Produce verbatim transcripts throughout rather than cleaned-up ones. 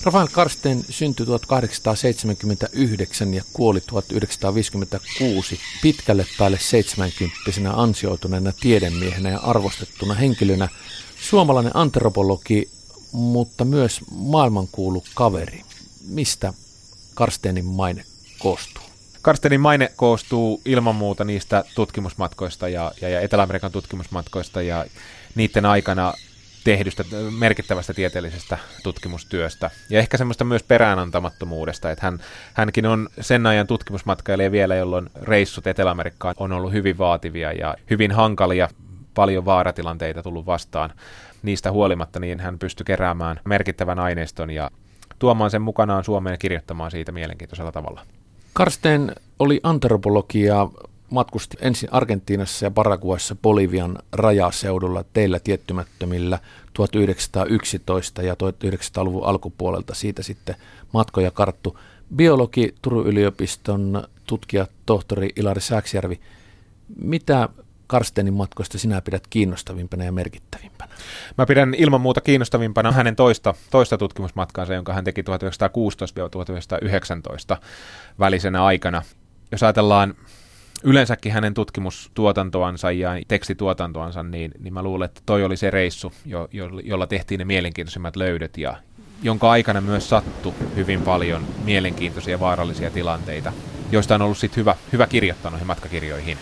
Rafael Karsten syntyi tuhatkahdeksansataaseitsemänkymmentäyhdeksän ja kuoli tuhatyhdeksänsataaviisikymmentäkuusi pitkälle päälle seitsemänkymppisenä ansioituneena tiedemiehenä ja arvostettuna henkilönä, suomalainen antropologi, mutta myös maailmankuulu kaveri. Mistä Karstenin maine koostuu? Karstenin maine koostuu ilman muuta niistä tutkimusmatkoista ja, ja, ja Etelä-Amerikan tutkimusmatkoista ja niiden aikana tehdystä merkittävästä tieteellisestä tutkimustyöstä. Ja ehkä semmoista myös peräänantamattomuudesta, että hän, hänkin on sen ajan tutkimusmatkailija vielä, jolloin reissut Etelä-Amerikkaan on ollut hyvin vaativia ja hyvin hankalia, paljon vaaratilanteita tullut vastaan. Niistä huolimatta niin hän pystyi keräämään merkittävän aineiston ja tuomaan sen mukanaan Suomeen ja kirjoittamaan siitä mielenkiintoisella tavalla. Karsten oli antropologi ja matkusti ensin Argentiinassa ja Paraguayssa Bolivian rajaseudulla teillä tiettymättömillä tuhatyhdeksänsataayksitoista ja tuhatyhdeksänsataaluvun alkupuolelta siitä sitten matkoja karttu. Biologi, Turun yliopiston tutkija, tohtori Ilari Sääksjärvi, mitä Karstenin matkoista sinä pidät kiinnostavimpana ja merkittävimpänä? Mä pidän ilman muuta kiinnostavimpana hänen toista, toista tutkimusmatkaansa, jonka hän teki tuhatyhdeksänsataakuusitoista tuhatyhdeksänsataayhdeksäntoista välisenä aikana. Jos ajatellaan yleensäkin hänen tutkimustuotantoansa ja tekstituotantoansa, niin, niin mä luulen, että toi oli se reissu, jo, jo, jolla tehtiin ne mielenkiintoisimmat löydöt ja jonka aikana myös sattui hyvin paljon mielenkiintoisia ja vaarallisia tilanteita, joista on ollut sit hyvä, hyvä kirjoittaa noihin matkakirjoihin.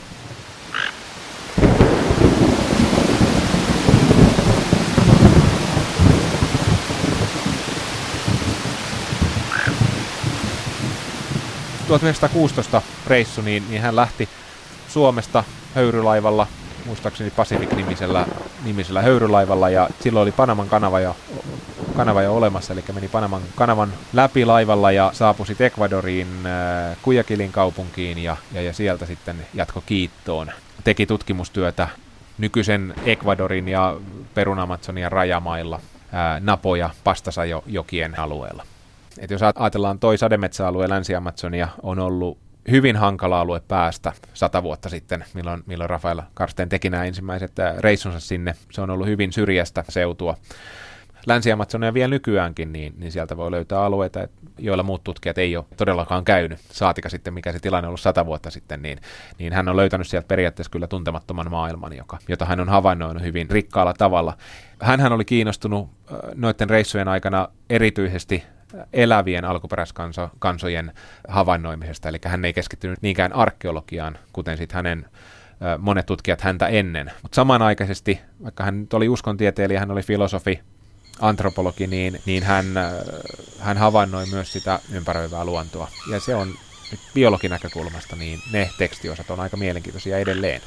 tuhatyhdeksänsataakuusitoista reissu, niin, niin hän lähti Suomesta höyrylaivalla, muistaakseni Pacific-nimisellä nimisellä höyrylaivalla, ja silloin oli Panaman kanava jo, kanava jo olemassa, eli meni Panaman kanavan läpi laivalla ja saapui sitten Ecuadoriin, äh, Guayaquilin kaupunkiin, ja, ja, ja sieltä sitten jatko Quiitoon. Teki tutkimustyötä nykyisen Ecuadorin ja Perun-Amazonian rajamailla, äh, Napo- ja Pastasajo-jokien alueella. Et jos ajatellaan toi sademetsäalue Länsi-Amazonia on ollut hyvin hankala alue päästä sata vuotta sitten, milloin, milloin Rafael Karsten teki nämä ensimmäiset reissunsa sinne. Se on ollut hyvin syrjäistä seutua. Länsi-Amazonia vielä nykyäänkin, niin, niin sieltä voi löytää alueita, joilla muut tutkijat ei ole todellakaan käynyt. Saatika sitten, mikä se tilanne on ollut sata vuotta sitten, niin, niin hän on löytänyt sieltä periaatteessa kyllä tuntemattoman maailman, joka, jota hän on havainnoinut hyvin rikkaalla tavalla. Hänhän oli kiinnostunut noiden reissujen aikana erityisesti elävien alkuperäiskansojen havainnoimisesta, eli hän ei keskittynyt niinkään arkeologiaan, kuten sitten hänen monet tutkijat häntä ennen. Mutta samanaikaisesti, vaikka hän nyt oli uskontieteilijä, hän oli filosofi, antropologi, niin, niin hän, hän havainnoi myös sitä ympäröivää luontoa. Ja se on nyt biologin näkökulmasta, niin ne tekstiosat on aika mielenkiintoisia edelleen.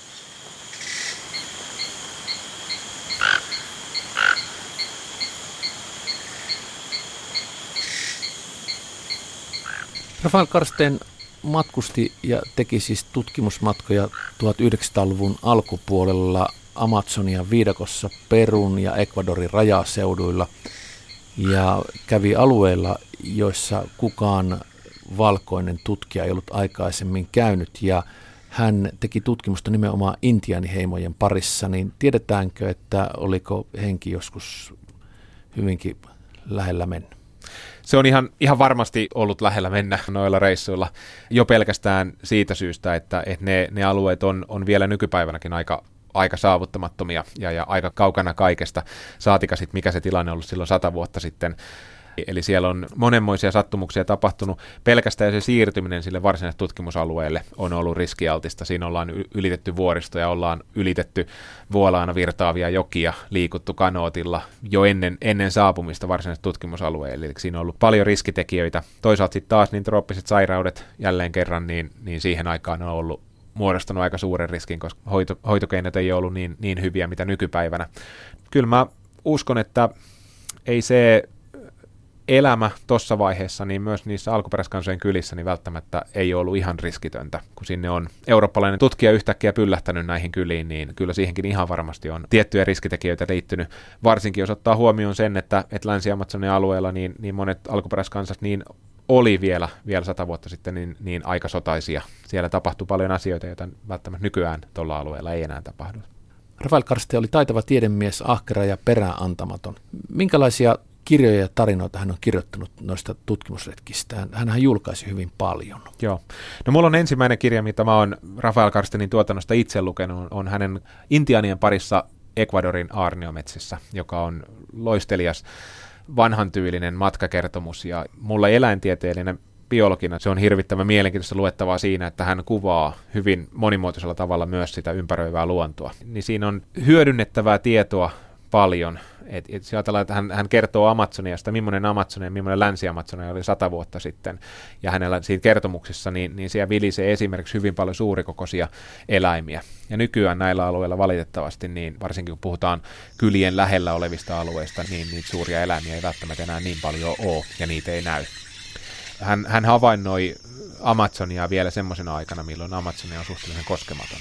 Rafael Karsten matkusti ja teki siis tutkimusmatkoja tuhatyhdeksänsataaluvun alkupuolella Amazonian viidakossa Perun ja Ecuadorin rajaseuduilla ja kävi alueilla, joissa kukaan valkoinen tutkija ei ollut aikaisemmin käynyt, ja hän teki tutkimusta nimenomaan intiaaniheimojen parissa. Niin tiedetäänkö, että oliko henki joskus hyvinkin lähellä mennyt? Se on ihan, ihan varmasti ollut lähellä mennä noilla reissuilla jo pelkästään siitä syystä, että, että ne, ne alueet on, on vielä nykypäivänäkin aika, aika saavuttamattomia ja, ja aika kaukana kaikesta. Saatika sitten, mikä se tilanne on ollut silloin sata vuotta sitten. Eli siellä on monenmoisia sattumuksia tapahtunut. Pelkästään se siirtyminen sille varsinaiselle tutkimusalueelle on ollut riskialtista. Siinä ollaan ylitetty vuoristoja, ollaan ylitetty vuolaana virtaavia jokia, liikuttu kanootilla jo ennen, ennen saapumista varsinaiselle tutkimusalueelle. Eli siinä on ollut paljon riskitekijöitä. Toisaalta sitten taas niin trooppiset sairaudet jälleen kerran, niin, niin siihen aikaan on ollut muodostanut aika suuren riskin, koska hoito, hoitokeinot ei ole ollut niin, niin hyviä mitä nykypäivänä. Kyllä mä uskon, että ei se elämä tuossa vaiheessa, niin myös niissä alkuperäiskansojen kylissä niin välttämättä ei ole ollut ihan riskitöntä. Kun sinne on eurooppalainen tutkija yhtäkkiä pyllähtänyt näihin kyliin, niin kyllä siihenkin ihan varmasti on tiettyjä riskitekijöitä liittynyt. Varsinkin jos ottaa huomioon sen, että, että Länsi-Amazonin alueella niin, niin monet alkuperäiskansat niin oli vielä, vielä sata vuotta sitten niin, niin aika sotaisia. Siellä tapahtui paljon asioita, joita välttämättä nykyään tuolla alueella ei enää tapahdu. Rafael Karsten oli taitava tiedemies, ahkera ja peräänantamaton. Minkälaisia kirjoja ja tarinoita hän on kirjoittanut noista tutkimusretkistään. Hänhän julkaisi hyvin paljon. Joo. No mulla on ensimmäinen kirja, mitä mä oon Rafael Karstenin tuotannosta itse lukenut, on hänen Intiaanien parissa Ecuadorin aarniometsissä, joka on loistelias, vanhan tyylinen matkakertomus, ja mulle eläintieteellinen biologina se on hirvittävän mielenkiintoista luettavaa siinä, että hän kuvaa hyvin monimuotoisella tavalla myös sitä ympäröivää luontoa. Niin siinä on hyödynnettävää tietoa paljon. Et, et ajatellaan, että hän, hän kertoo Amazoniasta, millainen Amazonia ja millainen Länsi-Amazonia oli sata vuotta sitten. Ja hänellä siinä kertomuksessa, niin, niin siellä vilisee esimerkiksi hyvin paljon suurikokoisia eläimiä. Ja nykyään näillä alueilla valitettavasti, niin varsinkin kun puhutaan kylien lähellä olevista alueista, niin niitä suuria eläimiä ei välttämättä enää niin paljon ole, ja niitä ei näy. Hän, hän havainnoi Amazoniaa vielä semmoisena aikana, milloin Amazonia on suhteellisen koskematon.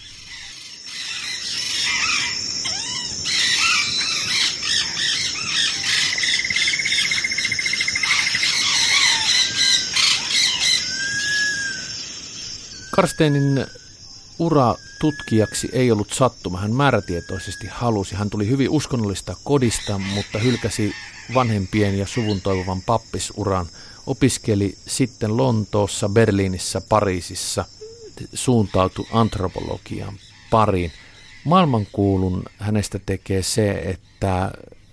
Karstenin ura tutkijaksi ei ollut sattuma. Hän määrätietoisesti halusi. Hän tuli hyvin uskonnollista kodista, mutta hylkäsi vanhempien ja suvun toivovan pappisuran. Opiskeli sitten Lontoossa, Berliinissä, Pariisissa, suuntautui antropologian pariin. Maailmankuulun hänestä tekee se, että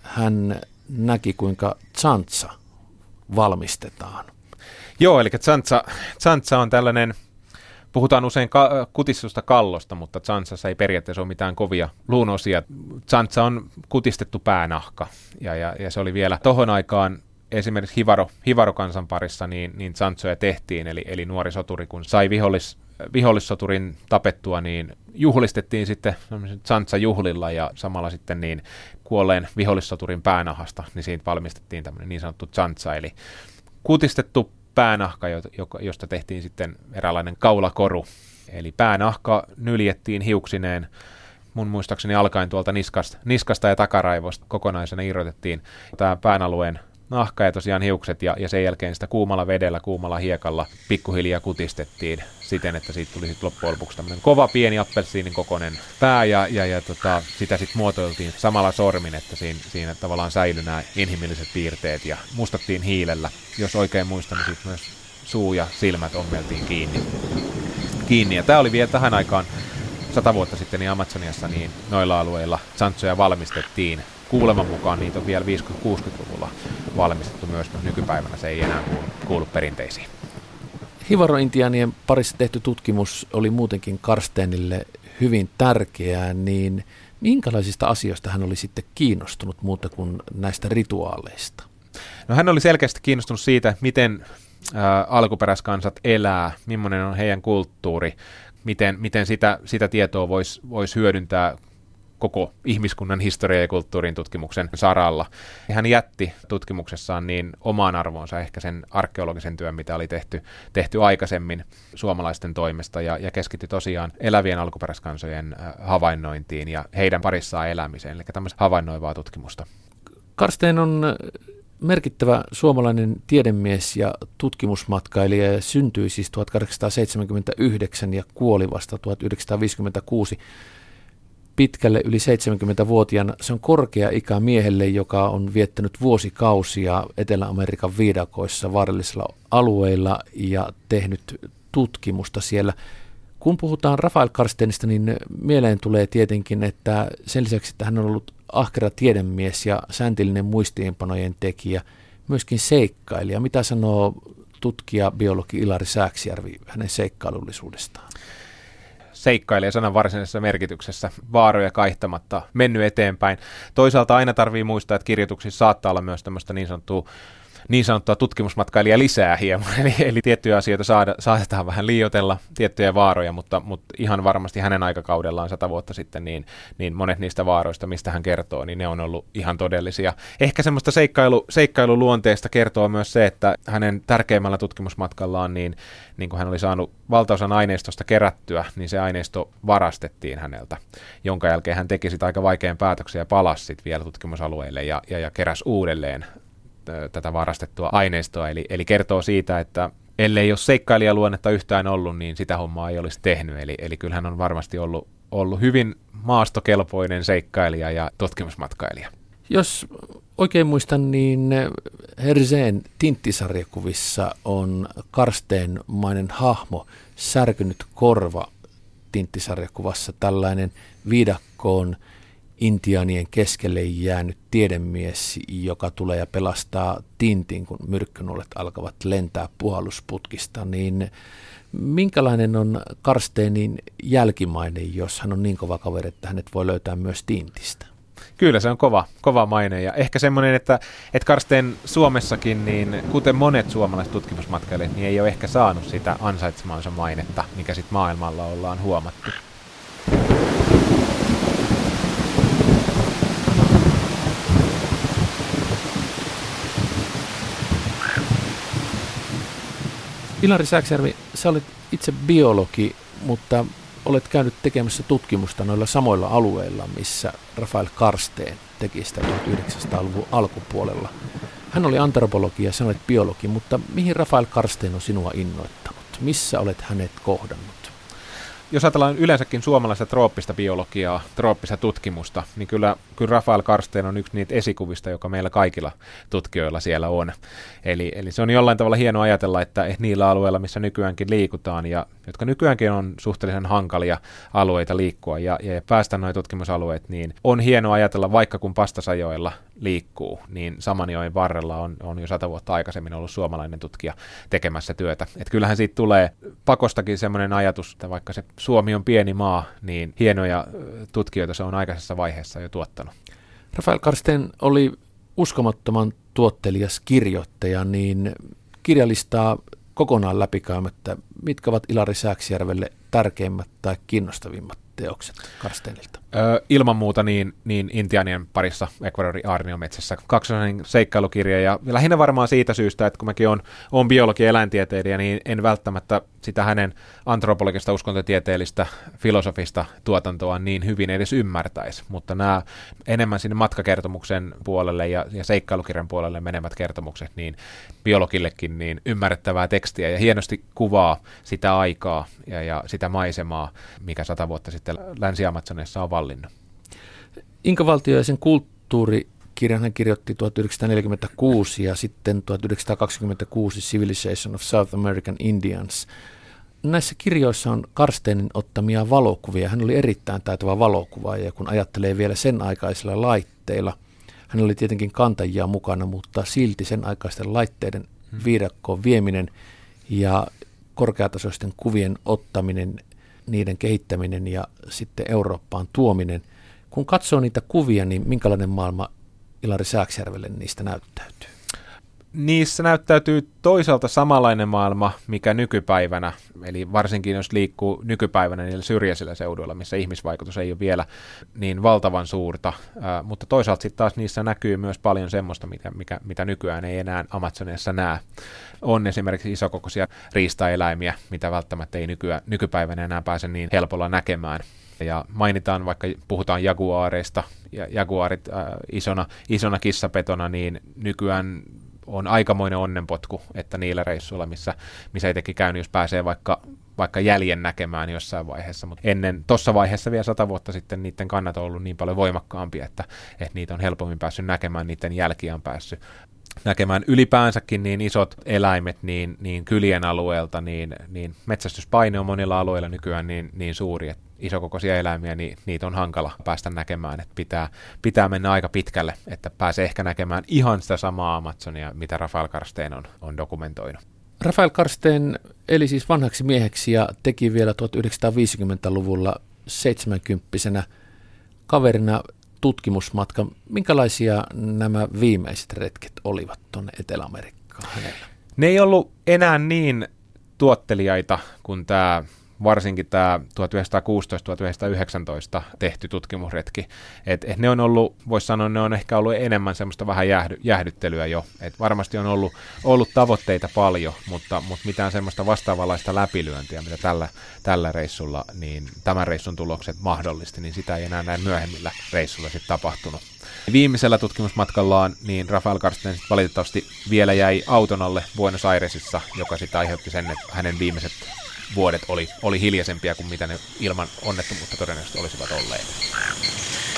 hän näki, kuinka tsantsa valmistetaan. Joo, eli tsantsa, tsantsa on tällainen, puhutaan usein ka- kutistusta kallosta, mutta tsantsassa ei periaatteessa ole mitään kovia luunosia. Tsantsa on kutistettu päänahka, ja, ja, ja se oli vielä tohon aikaan esimerkiksi Hivaro, Hivaro-kansan parissa, niin, niin tsantsoja tehtiin, eli, eli nuori soturi, kun sai vihollis, vihollissoturin tapettua, niin juhlistettiin sitten tsantsa-juhlilla, ja samalla sitten niin kuolleen vihollissoturin päänahasta, niin siitä valmistettiin tämmöinen niin sanottu tsantsa, eli kutistettu päänahka, josta tehtiin sitten eräänlainen kaulakoru. Eli päänahka nyljettiin hiuksineen, mun muistaakseni alkaen tuolta niskasta, niskasta ja takaraivosta kokonaisena irrotettiin tämä pään alueen nahka ja tosiaan hiukset, ja, ja sen jälkeen sitä kuumalla vedellä, kuumalla hiekalla pikkuhiljaa kutistettiin siten, että siitä tuli sitten loppujen lopuksi tämmöinen kova pieni appelsiinin kokoinen pää, ja, ja, ja tota, sitä sitten muotoiltiin samalla sormin, että siinä, siinä tavallaan säilyi nämä inhimilliset piirteet, ja mustattiin hiilellä. Jos oikein muistan, niin sitten myös suu ja silmät ommeltiin kiinni. kiinni. Ja tämä oli vielä tähän aikaan, sata vuotta sitten niin Amazoniassa, niin noilla alueilla tsantsoja valmistettiin. Kuuleman mukaan niitä on vielä viisikymmentä-kuusikymmentäluvulla valmistettu myös, mutta nykypäivänä se ei enää kuulu, kuulu perinteisiin. Hivaro-intiaanien parissa tehty tutkimus oli muutenkin Karstenille hyvin tärkeää, niin minkälaisista asioista hän oli sitten kiinnostunut muuta kuin näistä rituaaleista? No hän oli selkeästi kiinnostunut siitä, miten ä, alkuperäiskansat elää, millainen on heidän kulttuuri, miten, miten sitä, sitä tietoa voisi vois hyödyntää koko ihmiskunnan historia- ja kulttuurin tutkimuksen saralla. Hän jätti tutkimuksessaan niin omaan arvoonsa ehkä sen arkeologisen työn, mitä oli tehty, tehty aikaisemmin suomalaisten toimesta, ja, ja keskittyi tosiaan elävien alkuperäiskansojen havainnointiin ja heidän parissaan elämiseen, eli tämmöistä havainnoivaa tutkimusta. Karsten on merkittävä suomalainen tiedemies ja tutkimusmatkailija, ja syntyi siis tuhatkahdeksansataaseitsemänkymmentäyhdeksän ja kuoli vasta tuhatyhdeksänsataaviisikymmentäkuusi. Pitkälle yli seitsemänkymmentävuotiaana. Se on korkea ikä miehelle, joka on viettänyt vuosikausia Etelä-Amerikan viidakoissa vaarallisilla alueilla ja tehnyt tutkimusta siellä. Kun puhutaan Rafael Karstenista, niin mieleen tulee tietenkin, että sen lisäksi, että hän on ollut ahkera tiedemies ja säntillinen muistiinpanojen tekijä, myöskin seikkailija. Mitä sanoo tutkija, biologi Ilari Sääksijärvi hänen seikkailullisuudestaan? Seikkailee sanan varsinaisessa merkityksessä, vaaroja kaihtamatta, mennyt eteenpäin. Toisaalta aina tarvii muistaa, että kirjoituksissa saattaa olla myös tämmöistä niin sanottua, niin sanottua tutkimusmatkailija lisää hieman, eli, eli tiettyjä asioita saada, saatetaan vähän liioitella, tiettyjä vaaroja, mutta, mutta ihan varmasti hänen aikakaudellaan sata vuotta sitten, niin, niin monet niistä vaaroista, mistä hän kertoo, niin ne on ollut ihan todellisia. Ehkä semmoista seikkailu, seikkailuluonteesta kertoo myös se, että hänen tärkeimmällä tutkimusmatkallaan, niin, niin kun hän oli saanut valtaosan aineistosta kerättyä, niin se aineisto varastettiin häneltä, jonka jälkeen hän teki sitä aika vaikean päätöksen ja palasi sit vielä tutkimusalueelle ja, ja, ja keräsi uudelleen tätä varastettua aineistoa, eli, eli kertoo siitä, että ellei ole seikkailijaluonnetta yhtään ollut, niin sitä hommaa ei olisi tehnyt, eli, eli kyllähän on varmasti ollut, ollut hyvin maastokelpoinen seikkailija ja tutkimusmatkailija. Jos oikein muistan, niin Hergén Tintti-sarjakuvissa on Karsteenmainen hahmo, Särkynyt korva Tintti-sarjakuvassa, tällainen viidakkoon intiaanien keskelle jäänyt tiedemies, joka tulee ja pelastaa Tintin, kun myrkkynuolet alkavat lentää puhallusputkista, niin minkälainen on Karsteenin jälkimaine, jos hän on niin kova kaveri, että hänet voi löytää myös Tintistä? Kyllä se on kova, kova maine ja ehkä semmoinen, että, että Karsteen Suomessakin, niin kuten monet suomalaiset tutkimusmatkailijat, niin ei ole ehkä saanut sitä ansaitsemaansa mainetta, mikä sitten maailmalla ollaan huomattu. Ilari Sääksjärvi, sä olet itse biologi, mutta olet käynyt tekemässä tutkimusta noilla samoilla alueilla, missä Rafael Karsteen teki sitä tuhatyhdeksänsataaluvun alkupuolella. Hän oli antropologi ja sinä olet biologi, mutta mihin Rafael Karsteen on sinua innoittanut? Missä olet hänet kohdannut? Jos ajatellaan yleensäkin suomalaista trooppista biologiaa, trooppista tutkimusta, niin kyllä, kyllä Rafael Karsteen on yksi niitä esikuvista, joka meillä kaikilla tutkijoilla siellä on. Eli, eli se on jollain tavalla hienoa ajatella, että niillä alueilla, missä nykyäänkin liikutaan, ja jotka nykyäänkin on suhteellisen hankalia alueita liikkua ja, ja päästä nuo tutkimusalueet, niin on hienoa ajatella, vaikka kun Pastasajoilla liikkuu, niin Samanjoen varrella on, on jo sata vuotta aikaisemmin ollut suomalainen tutkija tekemässä työtä. Et kyllähän siitä tulee pakostakin semmoinen ajatus, että vaikka se Suomi on pieni maa, niin hienoja tutkijoita se on aikaisessa vaiheessa jo tuottanut. Rafael Karsteen oli uskomattoman tuottelias kirjoittaja, niin kirjalistaa kokonaan läpikäymättä, mitkä ovat Ilari Sääksjärvelle tärkeimmät tai kiinnostavimmat teokset Karsteenilta? Öö, ilman muuta niin, niin Intiaanien parissa Ecuadorin aarniometsässä kaksosainen seikkailukirja, ja lähinnä varmaan siitä syystä, että kun mäkin olen, olen biologi ja eläintieteilijä, niin en välttämättä sitä hänen antropologista, uskontotieteellistä, filosofista tuotantoa niin hyvin edes ymmärtäisi, mutta nämä enemmän sinne matkakertomuksen puolelle ja, ja seikkailukirjan puolelle menevät kertomukset, niin biologillekin niin ymmärrettävää tekstiä ja hienosti kuvaa sitä aikaa ja, ja sitä maisemaa, mikä sata vuotta sitten Länsi-Amazonissa on vallinnut. Inkavaltio ja sen kulttuurikirjan hän kirjoitti tuhatyhdeksänsataaneljäkymmentäkuusi ja sitten tuhatyhdeksänsataakaksikymmentäkuusi Civilization of South American Indians. Näissä kirjoissa on Karsteenin ottamia valokuvia. Hän oli erittäin taitava valokuvaaja, ja kun ajattelee vielä sen aikaisilla laitteilla, hän oli tietenkin kantajia mukana, mutta silti sen aikaisten laitteiden viidakkoon vieminen ja korkeatasoisten kuvien ottaminen, niiden kehittäminen ja sitten Eurooppaan tuominen. Kun katsoo niitä kuvia, niin minkälainen maailma Ilari Sääksjärvelle niistä näyttäytyy? Niissä näyttäytyy toisaalta samanlainen maailma, mikä nykypäivänä, eli varsinkin jos liikkuu nykypäivänä niillä syrjäisillä seuduilla, missä ihmisvaikutus ei ole vielä niin valtavan suurta, ää, mutta toisaalta sitten taas niissä näkyy myös paljon semmoista, mitä, mikä, mitä nykyään ei enää Amazoniassa näe. On esimerkiksi isokokoisia riistaeläimiä, mitä välttämättä ei nykyään, nykypäivänä enää pääse niin helpolla näkemään. Ja mainitaan, vaikka puhutaan jaguaareista, ja jaguaarit ää, isona, isona kissapetona, niin nykyään on aikamoinen onnenpotku, että niillä reissuilla, missä, missä itsekin käynyt, jos pääsee vaikka, vaikka jäljen näkemään jossain vaiheessa, mutta ennen, tuossa vaiheessa vielä sata vuotta sitten niiden kannat on ollut niin paljon voimakkaampia, että, että niitä on helpommin päässyt näkemään, niiden jälkiä on päässyt näkemään ylipäänsäkin niin isot eläimet niin, niin kylien alueelta, niin, niin metsästyspaine on monilla alueilla nykyään niin, niin suuri, että isokokoisia eläimiä, niin niitä on hankala päästä näkemään, että pitää, pitää mennä aika pitkälle, että pääsee ehkä näkemään ihan sitä samaa Amazonia, mitä Rafael Karsteen on, on dokumentoinut. Rafael Karsteen eli siis vanhaksi mieheksi ja teki vielä tuhatyhdeksänsataaviisikymmentäluvulla seitsemänkymppisenä kaverina tutkimusmatka. Minkälaisia nämä viimeiset retket olivat tuonne Etelä-Amerikkaan hänellä? Ne ei ollut enää niin tuottelijaita kuin tämä, varsinkin tämä tuhatyhdeksänsataakuusitoista tuhatyhdeksänsataayhdeksäntoista tehty tutkimusretki. Et, et ne on ollut, voisi sanoa, ne on ehkä ollut enemmän semmoista vähän jäähdy, jäähdyttelyä jo. Et varmasti on ollut, ollut tavoitteita paljon, mutta, mutta mitään semmoista vastaavanlaista läpilyöntiä, mitä tällä, tällä reissulla, niin tämän reissun tulokset mahdollisti, niin sitä ei enää näin myöhemmillä reissulla sitten tapahtunut. Viimeisellä tutkimusmatkallaan niin Rafael Karsteen valitettavasti vielä jäi auton alle Buenos Airesissa, joka sitten aiheutti sen, että hänen viimeiset vuodet oli, oli hiljaisempia kuin mitä ne ilman onnettomuutta todennäköisesti olisivat olleet.